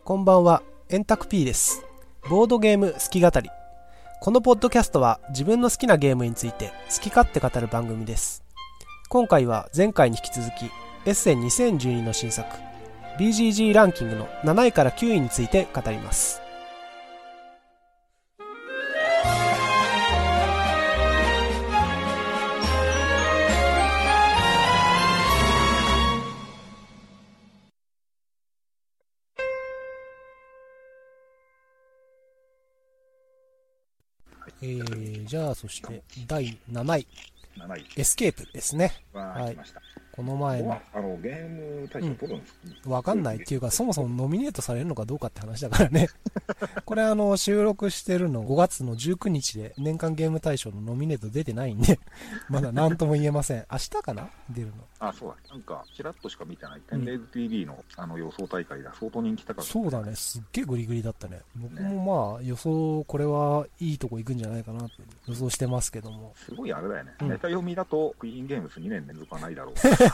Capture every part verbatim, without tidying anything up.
こんばんは、エンタク P です。ボードゲーム好き語り。このポッドキャストは自分の好きなゲームについて好き勝手語る番組です。今回は前回に引き続きエッセンにせんじゅうにの新作 ビージージー ランキングのなないからきゅういについて語ります。えー、じゃあそしてだいなない、 なないエスケープですね。 はい、 この前のあのゲーム大賞取るんですか、 うん、わかんないっていうか、そもそもノミネートされるのかどうかって話だからねこれあの収録してるのごがつのじゅうくにちで年間ゲーム大賞のノミネート出てないんでまだ何とも言えません。明日かな出るの。 あ、そうだ、なんかちらっとしか見てない、テンレイズ ティーブイ のあの予想大会が相当人気高かった。 そうだね、すっげえグリグリだったね。僕もまあ予想、これはいいとこ行くんじゃないかなって予想してますけども、 すごいあれだよね、うん、ネタ読みだとクイーンゲームスにねん連続はないだろう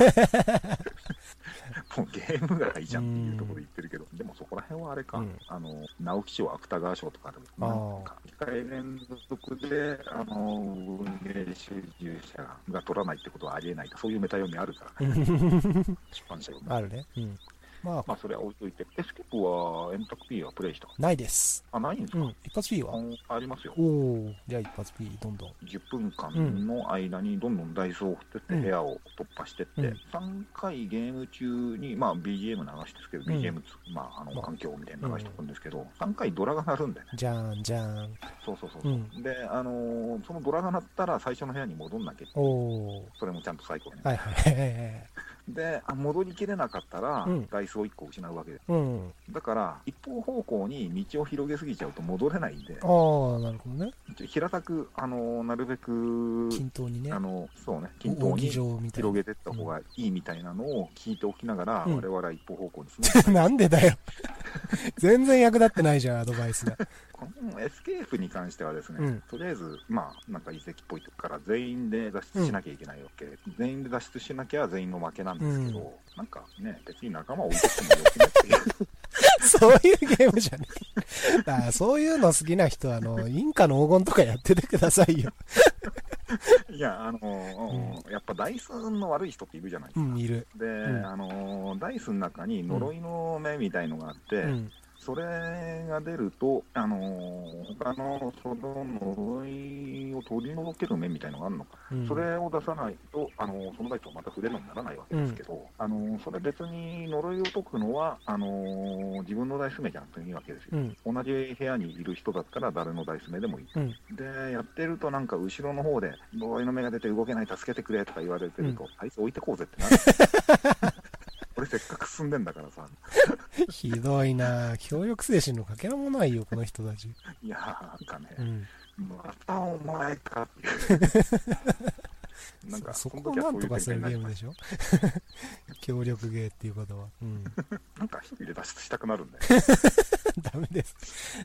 もうゲームがいいじゃんっていうところで言ってるけど、でもそこら辺はあれか、うん、あの直木賞芥川賞とかでもなんかにかい連続であの文芸収集者が取らないってことはありえないと、そういうメタ読みあるから出版社読みあるね、うん、まあ、まあそれは置いといて、エスケープはエンタク P はプレイした？ ないです。 あ、ないんですか？うん、 一発 P はあ, ありますよ。 おお、じゃあ一発 P どんどんじゅっぷんかんの間にどんどんダイスを振ってって部屋を突破してって、うん、さんかいゲーム中に、まあ ビージーエム 流してですけど、うん、ビージーエム、まああの環境みたいに流しておくんですけど、うん、さんかいドラが鳴るんだよね。 じゃーんじゃーん。 そうそうそうそう、うん、で、あのー、そのドラが鳴ったら最初の部屋に戻んなきゃいけない。お、それもちゃんとサイコロね。はいはいはいで、戻りきれなかったら、うん、ダイスをいっこ失うわけです、うん、だから一方方向に道を広げすぎちゃうと戻れないんで、ああ、なるほどね。平たく、あのなるべく均等にね、あのそうね、均等に広げていった方がいいみたいなのを聞いておきながら、うん、我々は一方方向に進むなんでだよ全然役立ってないじゃん、アドバイスが。このエスケープに関してはですね、うん、とりあえず、まあ、なんか遺跡っぽいとこから全員で脱出しなきゃいけないわけ、うん、全員で脱出しなきゃ全員の負けなんですけど、うん、なんかね、別に仲間を置いてってもよくねっていうそういうゲームじゃねえ。だからそういうの好きな人はあのインカの黄金とかやっててくださいよいや、あのーうん、やっぱダイスの悪い人っているじゃないですか、うん、いる。で、うん、あのー、ダイスの中に呪いの目みたいのがあって、うん、それが出ると、あのー、他のその呪いを取り除ける面みたいのがあるのか、うん、それを出さないと、あのー、そのダイスをまた触れるようにならないわけですけど、うん、あのー、それ別に呪いを解くのはあのー、自分のダイス目じゃなくていいわけですよ、うん、同じ部屋にいる人だったら誰のダイス目でもいい、うん、でやってるとなんか後ろの方で呪いの目が出て動けない、助けてくれとか言われてると、うん、あいつ置いてこうぜってなる俺せっかく進んでんだからさひどいな、協力精神のかけらもないよこの人たち。いやーなんかね、うん、またお前かっていうなんか そ, そこをなんとかするゲームでしょ協力ゲーっていうことは、うん、なんか一人で脱出したくなるんだよダメです、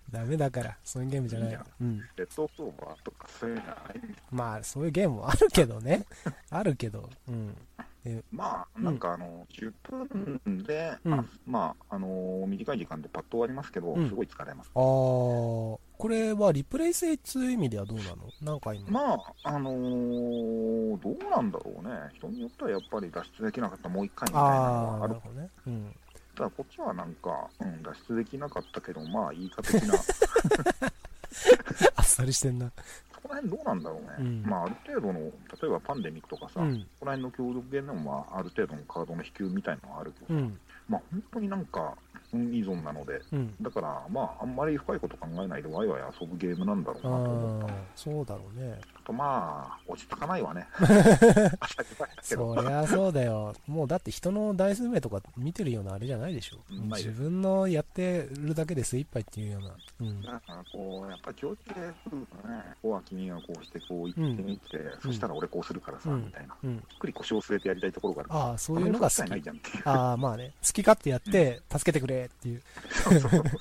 ダメだから、そういうゲームじゃない。いや、うん、レッドオーバーとかそういうのはない。まあそういうゲームもあるけどねあるけど、うん、まあなんかあの、うん、じゅっぷんで、うん、まああのー、短い時間でパッと終わりますけど、うん、すごい疲れます。ああ、これはリプレイ性という意味ではどうなの？何回も。まああのー、どうなんだろうね。人によってはやっぱり脱出できなかったらもう一回みたいなのがある。あるほどね。うん。ただこっちはなんか、うん、脱出できなかったけど、まあいいか的なあっさりしてんな。この辺どうなんだろうね、うん、まあある程度の、例えばパンデミックとかさ、うん、この辺の協力ゲームでも、まあ、ある程度のカードの引きみたいなのがあるけどさ、うん、まあ本当になんか運依存なので、うん、だからまああんまり深いこと考えないでワイワイ遊ぶゲームなんだろうなと思った。そうだろうね。あとまあ落ち着かないわねそりゃそうだよ。もうだって人のダイス目とか見てるようなあれじゃないでしょ。自分のやってるだけで精一杯っていうような、うん、だからこうやっぱり協力で来るとね、ここは君がこうしてこう言ってみて、うん、そしたら俺こうするからさ、うん、みたいな、うん、ゆっくり腰を据えてやりたいところがあるから、ああそういうのが好き。ああまあね、好き勝手やって、うん、助けてくれっていうそうそうそうそう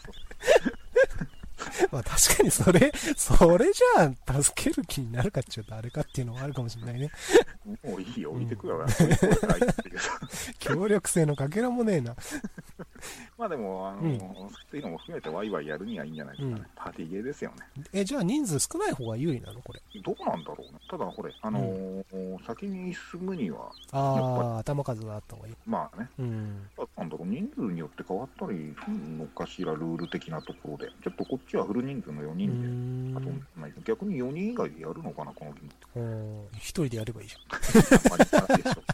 まあ確かにそれそれじゃあ助ける気になるかっていうとあれかっていうのはあるかもしれないね。もういいよ置いてくよ、うん、協力性のかけらもねえなまあでも、あの、うん、そういうのも含めてワイワイやるにはいいんじゃないですかね。うん、パーティーゲーですよね。 え、じゃあ人数少ない方が有利なのこれ。 どうなんだろうね。ただこれ、あのーうん、先に進むには、 ああ、頭数があった方がいい。 まあね。うん。なんだろう、人数によって変わったりするのかしら、ルール的なところで。ちょっとこっちはフル人数のよにんで、あと、逆によにん以外でやるのかな、このゲーム。一人でやればいいじゃん。あまりないでしょ。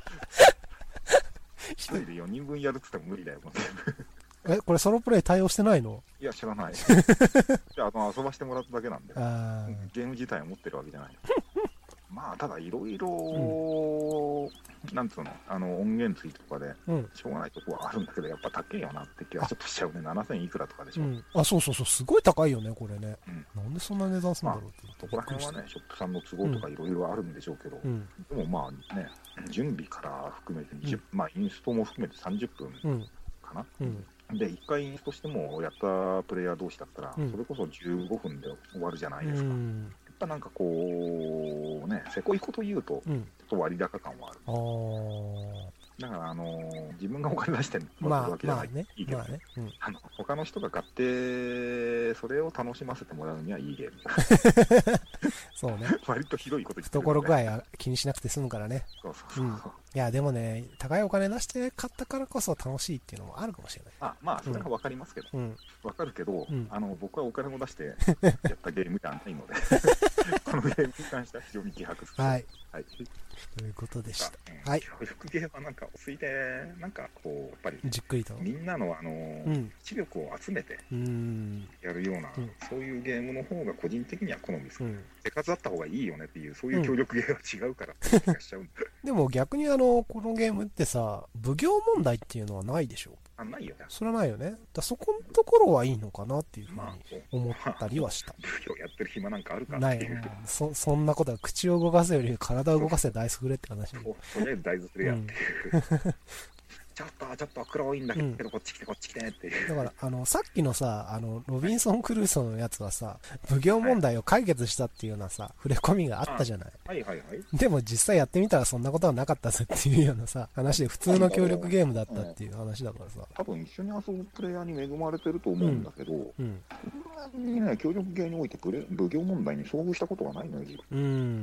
一人でよにんぶんやるっつっても無理だよ、このゲーム。 え、これソロプレイ対応してないの？ いや、知らない。じゃあ、あの遊ばしてもらっただけなんで、ゲーム自体を持ってるわけじゃない。まあ、ただ、いろいろ、なんつうの、あの音源付きとかで、しょうがないとこはあるんだけど、やっぱ高いよなって気はちょっとしちゃうね。ななせんいくらとかでしょ。うん、あ、そうそうそう、すごい高いよね、これね。うん、なんでそんな値段するんだろうって。まあ、そこら辺はね、ショップさんの都合とかいろいろあるんでしょうけど、うん、でもまあね、準備から含めてにじゅう、うん、まあ、インストも含めてさんじゅっぷんかな。うんうん、で、いっかいインストしてもやったプレイヤー同士だったら、うん、それこそじゅうごふんで終わるじゃないですか。うん、やっぱなんかこう、ね、せこいこと言うと、ちょっと割高感はある。あだから、あのー、自分がお金出してるわけじゃない、まあ、いいけど、ね、まあね、うん、あの他の人が買ってそれを楽しませてもらうにはいいゲーム。そうね。割とひどいこと言ってる、ね、懐具合は気にしなくて済むからね。そうそうそう、うん、いやでもね、高いお金出して買ったからこそ楽しいっていうのもあるかもしれない。あ、まあそれは分かりますけど、うん、分かるけど、うん、あの僕はお金を出してやったゲームじゃないのでこのゲームに関しては非常に希薄です。はい、はい、ということでした。うん、はい。協力ゲームはなんか落ち着いて、なんかこうやっぱりじっくりとみんなのあの、うん、知力を集めてやるような、うん、そういうゲームの方が個人的には好みです。うん、手数あった方がいいよねっていう、そういう協力ゲームは違うからって気がしちゃうんで。でも逆にあのこのゲームってさ、奉行問題っていうのはないでしょ。あ、ないよね。それはないよね。だそこのところはいいのかなっていうふうに思ったりはした。奉行やってる暇なんかあるかっていう。ない。そそんなことは口を動かすより体を動かせダイス振れって話。とりあえずダイス振れやっていう。うんちょっと、ちょっと黒いんだけど、うん、こっち来て、こっち来てっていう。だから、あの、さっきのさ、あの、ロビンソン・クルーソーのやつはさ、奉行問題を解決したっていうようなさ、はい、触れ込みがあったじゃない。はいはいはい。でも実際やってみたらそんなことはなかったぜっていうようなさ、話で普通の協力ゲームだったっていう話だからさ。多分一緒に遊ぶプレイヤーに恵まれてると思うんだけど、うん。うん、ね、協力ゲーにおいて奉行問題に遭遇したことはないのよ。うん。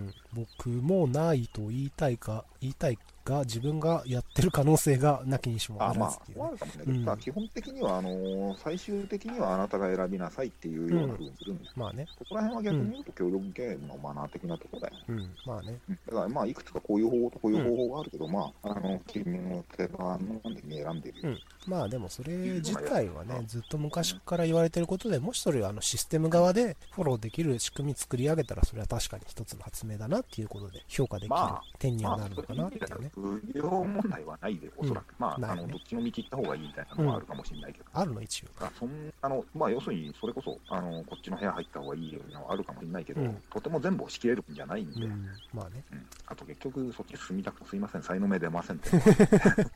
僕もないと言いたいか、言いたいが自分がやってる可能性がなきにしもあらずっていう、ね。あ、まあ、あるかもしれないけど、うん、基本的にはあのー、最終的にはあなたが選びなさいっていうような風にするんです、うん、まあね。ここら辺は逆に言うと協力ゲームのマナー的なところだよね。うん、まあね。だからまあいくつかこういう方法とこういう方法があるけど、うん、まああの君の手番のなんで選んでる。うん、まあでもそれ自体はね、ずっと昔から言われてることで、もしそれをあのシステム側でフォローできる仕組み作り上げたら、それは確かに一つの発明だなっていうことで評価できる点にはなるのかなっていうね。まあ問題はないで、おそらく、うん、まあ、ね、あのどっちの道行った方がいいみたいなのはあるかもしれないけど、うん、あるの一応あそんあの、まあ、要するにそれこそあのこっちの部屋入った方がいいようなのはあるかもしれないけど、うん、とても全部を仕切れるんじゃないんで、うん、まあね、うん、あと結局そっち進みたくてすいません才能目出ませんってそういう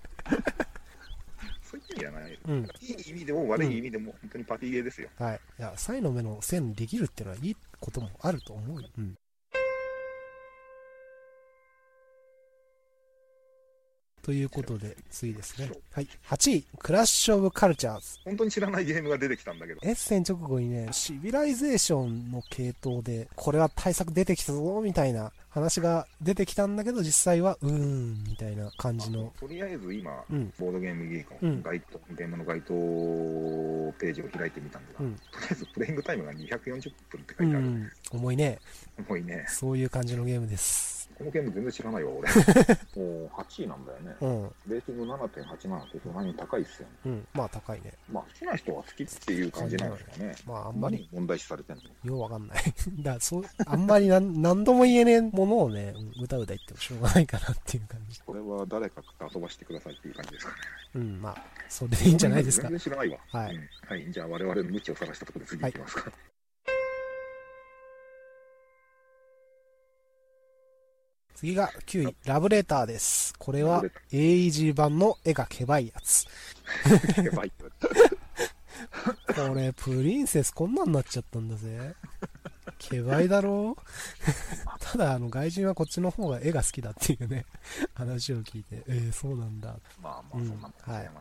意味じゃない、うん、いい意味でも悪い意味でも本当にパティゲーですよ、はい、いや才の目の線できるっていうのはいいこともあると思うよ、うんということで、次ですね。はい。はちい、クラッシュオブカルチャーズ。本当に知らないゲームが出てきたんだけど。エッセン直後にね、シビライゼーションの系統で、これは対策出てきたぞ、みたいな話が出てきたんだけど、実際は、うーん、みたいな感じの。とりあえず今、うん、ボードゲームギークのガイド、うん、ゲームの該当ページを開いてみたんだが、うん、とりあえずプレイングタイムがにひゃくよんじゅっぷんって書いてある。うん、重いね。重いね。そういう感じのゲームです。このゲーム全然知らないわ、俺。もうはちいなんだよね。うん。レーティング ななてんはちなな ってそんなに高いっすよね。うん。まあ高いね。まあ好きな人は好きっていう感じなんですかね。まああんまり。問題視されてんのようわかんない。だからそう、あんまりなん何度も言えねえものをね、うだうだ言ってもしょうがないかなっていう感じ。これは誰かと遊ばしてくださいっていう感じですかね。うん、まあ、それでいいんじゃないですか。全然知らないわ。はい。うん、はい。じゃあ我々の無知を探したところで次行きますか。はい次がきゅうい、ラブレターです。これは エーイージー 版の絵がけばいやつ。けばいこれ、プリンセスこんなんなっちゃったんだぜ。けばいだろうただ、あの、外人はこっちの方が絵が好きだっていうね、話を聞いて、えー、そうなんだ。まあまあ、そんなもん、うん、はい。どう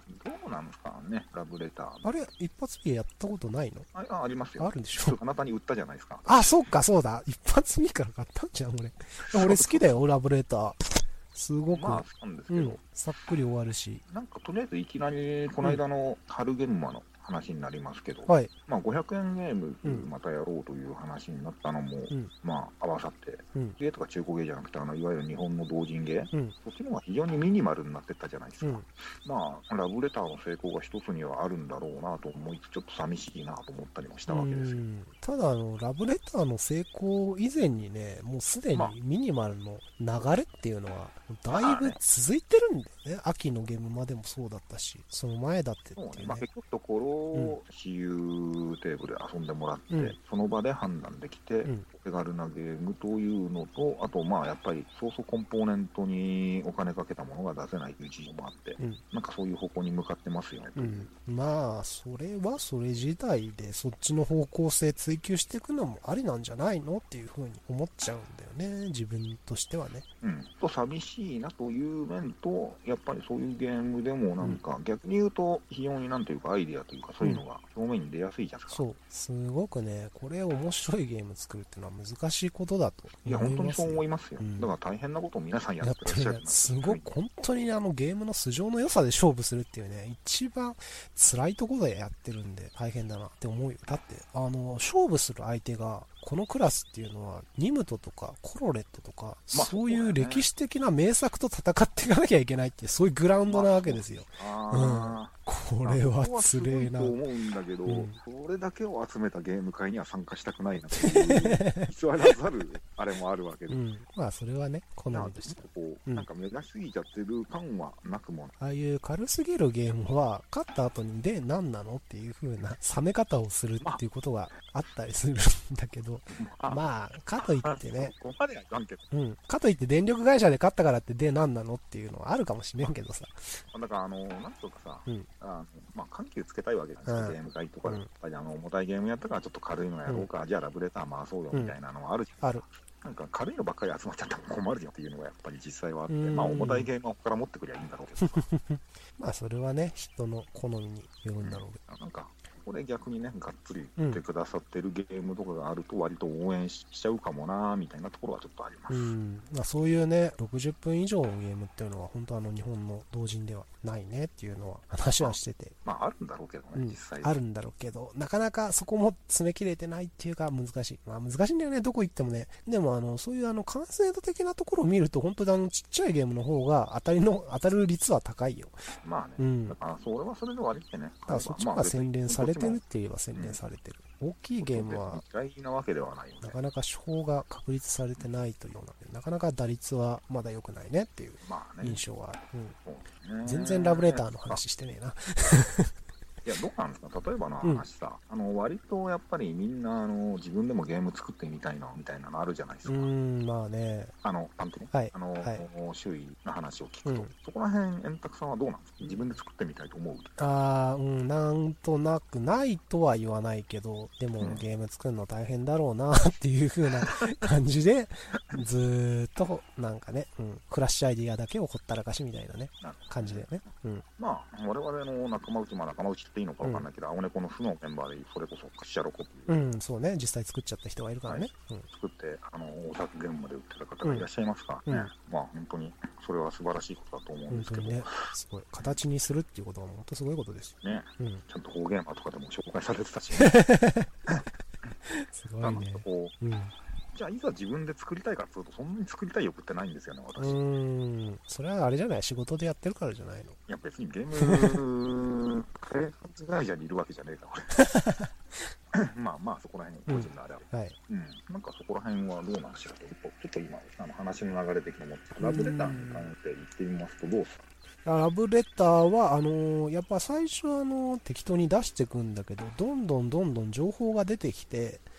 うなんですかね、ラブレター。 あれ、一発目やったことないの？ あ、あ、ありますよ。 あるんでしょ？ あなたに売ったじゃないですか。 あ、そうか、そうだ。一発目から買ったんじゃん、俺。俺好きだよ、ラブレター。すごく。 まあ、そうなんですけど、うん、 さっくり終わるし。 なんか、とりあえずいきなり、この間の春現場の話になりますけど、 はい、 まあごひゃくえんゲームまたやろうという話になったのも、うん、まあ合わさって、うん、ゲーとか中古ゲーじゃなくて、あのいわゆる日本の同人ゲー、うん、そっちの方が非常にミニマルになってったじゃないですか。うん、まあラブレターの成功が一つにはあるんだろうなと思いつつ、ちょっと寂しいなと思ったりもしたわけですよ。 ただあのラブレターの成功以前にね、もうすでにミニマルの流れっていうのはだいぶ続いてるんだよね。まあ、ね秋のゲームまでもそうだったし、その前だってっていうね。 そうね、まあ、結局ところ、うん、私有テーブルで遊んでもらって、うん、その場で判断できて、うん、手軽なゲームというのと、あとまあやっぱりそうそうコンポーネントにお金かけたものが出せないという事情もあって、うん、なんかそういう方向に向かってますよね、うん、 まあそれはそれ自体でそっちの方向性追求していくのもありなんじゃないのっていうふうに思っちゃうんだよね、自分としてはね。 うん、と寂しいなという面と、やっぱりそういうゲームでもなんか、うん、逆に言うと非常になんというかアイディアというかそういうのが表面に出やすいじゃないですか。 そう、すごくね、これ面白いゲーム作るっていうのは難しいことだと思います。 いや本当にそう思いますよ、うん、だから大変なことを皆さんやってらっしゃる、ね、 すごく本当にあのゲームの素性の良さで勝負するっていうね、一番辛いところでやってるんで大変だなって思うよ。だってあの勝負する相手がこのクラスっていうのはニムトとかコロレットとか、まあ、そういう歴史的な名作と戦っていかなきゃいけないっていう、そういうグラウンドなわけですよ。 まあ、 うん、これはつれえな。 と思うんだけど、うん、それだけを集めたゲーム会には参加したくないなという偽らざるあれもあるわけで、うん、 まあそれはね好みとしてこう、うん、なんか目立ちすぎちゃってる感はなくもない。 ああいう軽すぎるゲームは勝った後にで何なのっていう風な冷め方をするっていうことがあったりするんだけど、まあ、まあ、かといってね、 ここまではいかんけど、 うん、かといって電力会社で勝ったからってで何なのっていうのはあるかもしれんけどさ。 だからあのなんとかさ、うん、あのまあ緩急つけたいわけですよ、うん、ゲーム会とかで、うん、やっぱりあの重たいゲームやったからちょっと軽いのやろうか、うん、じゃあラブレター回そうよみたいなのはあるじゃん、うん、ある。なんか軽いのばっかり集まっちゃったら困るよっていうのがやっぱり実際はあって、まあ重たいゲームはここから持ってくりゃいいんだろうけどまあそれはね人の好みによるんだろうけど、 うん、なんかこれ逆にねがっつり言ってくださってるゲームとかがあると割と応援しちゃうかもなみたいなところはちょっとあります。 うん、まあ、そういうねろくじゅっぷん以上のゲームっていうのは本当あの日本の同人ではないねっていうのは話はしてて、 まあ、まああるんだろうけどね、うん、実際あるんだろうけどなかなかそこも詰め切れてないっていうか難しい、まあ難しいんだよねどこ行ってもね。でもあのそういうあの完成度的なところを見ると本当にあのちっちゃいゲームの方が当たりの当たる率は高いよ。 まあね、うん、だからそれはそれで悪いってね。 だからそっちが洗練されてるって言えば洗練されてる、うん、大きいゲームはなわけではないよね。 なかなか手法が確立されてないというようなでなかなか打率はまだ良くないねっていう印象はある、うん、全然ラブレターの話してねえないやどうなんですか、例えばの話さ、うん、あの割とやっぱりみんなあの自分でもゲーム作ってみたいなみたいなのあるじゃないですか。 うーんまあねあのなんてね、 はい、 あの、 はい、 周囲の話を聞くと、うん、そこら辺円卓さんはどうなんですか、自分で作ってみたいと思う。 ああうんなんとなくないとは言わないけどでも、うん、ゲーム作るの大変だろうなっていう風な感じでずーっとなんかね、うん、クラッシュアイディアだけをほったらかしみたいなね感じだよね、うん、 まあ我々の仲間内まあ仲間内っていいのか分かんないけど、うん、青猫の負のメンバーでそれこそカッシャロコっていう、 うん、そうね実際作っちゃった人がいるからね、はい、うん、 作ってあの大作ゲームまで売ってた方がいらっしゃいますからね、うん、まあ本当にそれは素晴らしいことだと思うんですけど、本当にねすごい形にするっていうことは本当すごいことですよね、うん、ちゃんとフォーゲーマーとかでも紹介されてたし、ね、 すごいねこう、うん、じゃあいざ自分で作りたいかっていうとそんなに作りたい欲ってないんですよね私。 うーんそれはあれじゃない仕事でやってるからじゃないの。いや別にゲーム開発会社にいるわけじゃねえか俺まあまあそこら辺個人のあれは、うんはいうん、なんかそこら辺はどうなんでしょう。ちょっと今あの話の流れ的に思ってラブレターに関して言ってみますとどうですか。 ラブレターはあのー、やっぱ最初あのー、適当に出していくんだけどどんどんどんどん情報が出てきて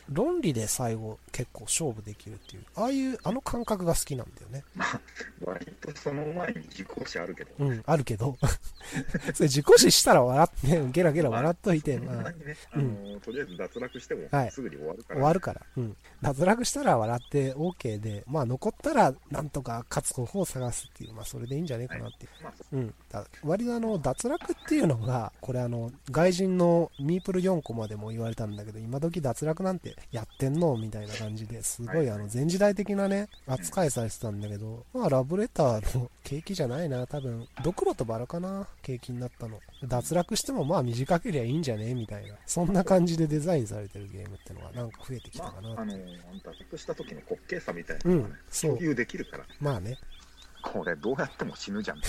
論理で最後結構勝負できるっていう、ああいうあの感覚が好きなんだよね。 まあ割とその前に自己死あるけど、 うん、あるけどそれ自己死したら笑って、ね、ゲラゲラ笑っといて、まあ、まあね、 あのーうん、とりあえず脱落してもすぐに終わるから、 はい、終わるから、うん、脱落したら笑って OK で、まあ残ったらなんとか勝つ方法を探すっていう、まあそれでいいんじゃねえかなっていう、はい、まあ、うん、だ割とあの脱落っていうのがこれあの外人のミープルよんコマでも言われたんだけど、今時脱落なんてやってんのみたいな感じですごいあの前時代的なね扱いされてたんだけど、まあラブレターの景気じゃないな、多分ドクロとバラかな、景気になったの。脱落してもまあ短けりゃいいんじゃねみたいな、そんな感じでデザインされてるゲームってのがなんか増えてきたかなって、まあ、あの脱落した時の滑稽さみたいなのがね、うん、共有できるから、 まあね、 これどうやっても死ぬじゃん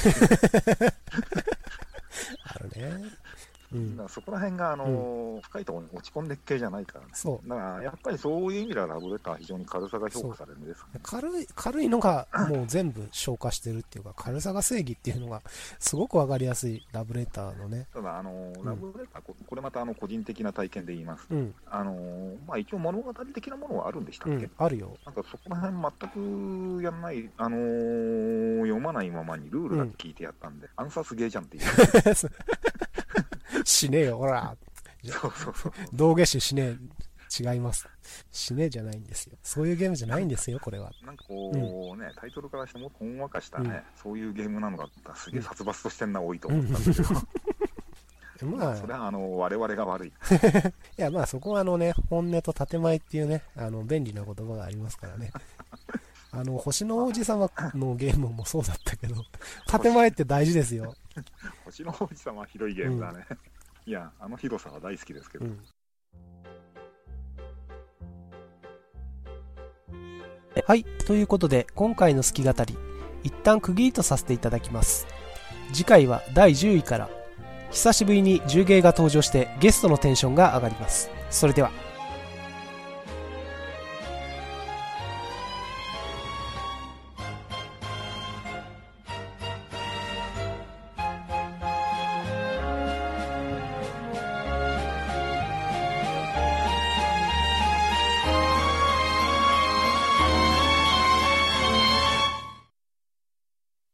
あるね。うん、 だからそこら辺が、あのーうん、深いところに落ち込んでっ系じゃないからね。そうだからやっぱりそういう意味ではラブレターは非常に軽さが評価されるんです、ね、 軽い軽いのがもう全部消化してるっていうか軽さが正義っていうのがすごく分かりやすいラブレターのね。 ただ、あのーうん、ラブレターこれまたあの個人的な体験で言いますと、うん、あのー、まあ、一応物語的なものはあるんでしたっけ、うん、 あるよ。 なんかそこら辺全くやんない、あのー、読まないままにルールだけ聞いてやったんで、うん、暗殺ゲーじゃんっていう死ねえよほらそうそうそう道化師死ねえ、違います、死ねえじゃないんですよ、そういうゲームじゃないんですよこれは。 なんかこう、うん、ねタイトルからしてもほんわかしたね、うん、そういうゲームなのだったらすげえ殺伐としてんな、多いと思ったんですけど、うん、まあそれはあの我々が悪いいやまあそこはあのね本音と建前っていうねあの便利な言葉がありますからねあの星の王子様のゲームもそうだったけど建前って大事ですよ星の王子様は広いゲームだね、うん、いやあの広さは大好きですけど、うん、 はい、ということで今回の好き語り一旦区切りとさせていただきます。次回はだいじゅういから久しぶりにじゅうゲーが登場してゲストのテンションが上がります。それでは。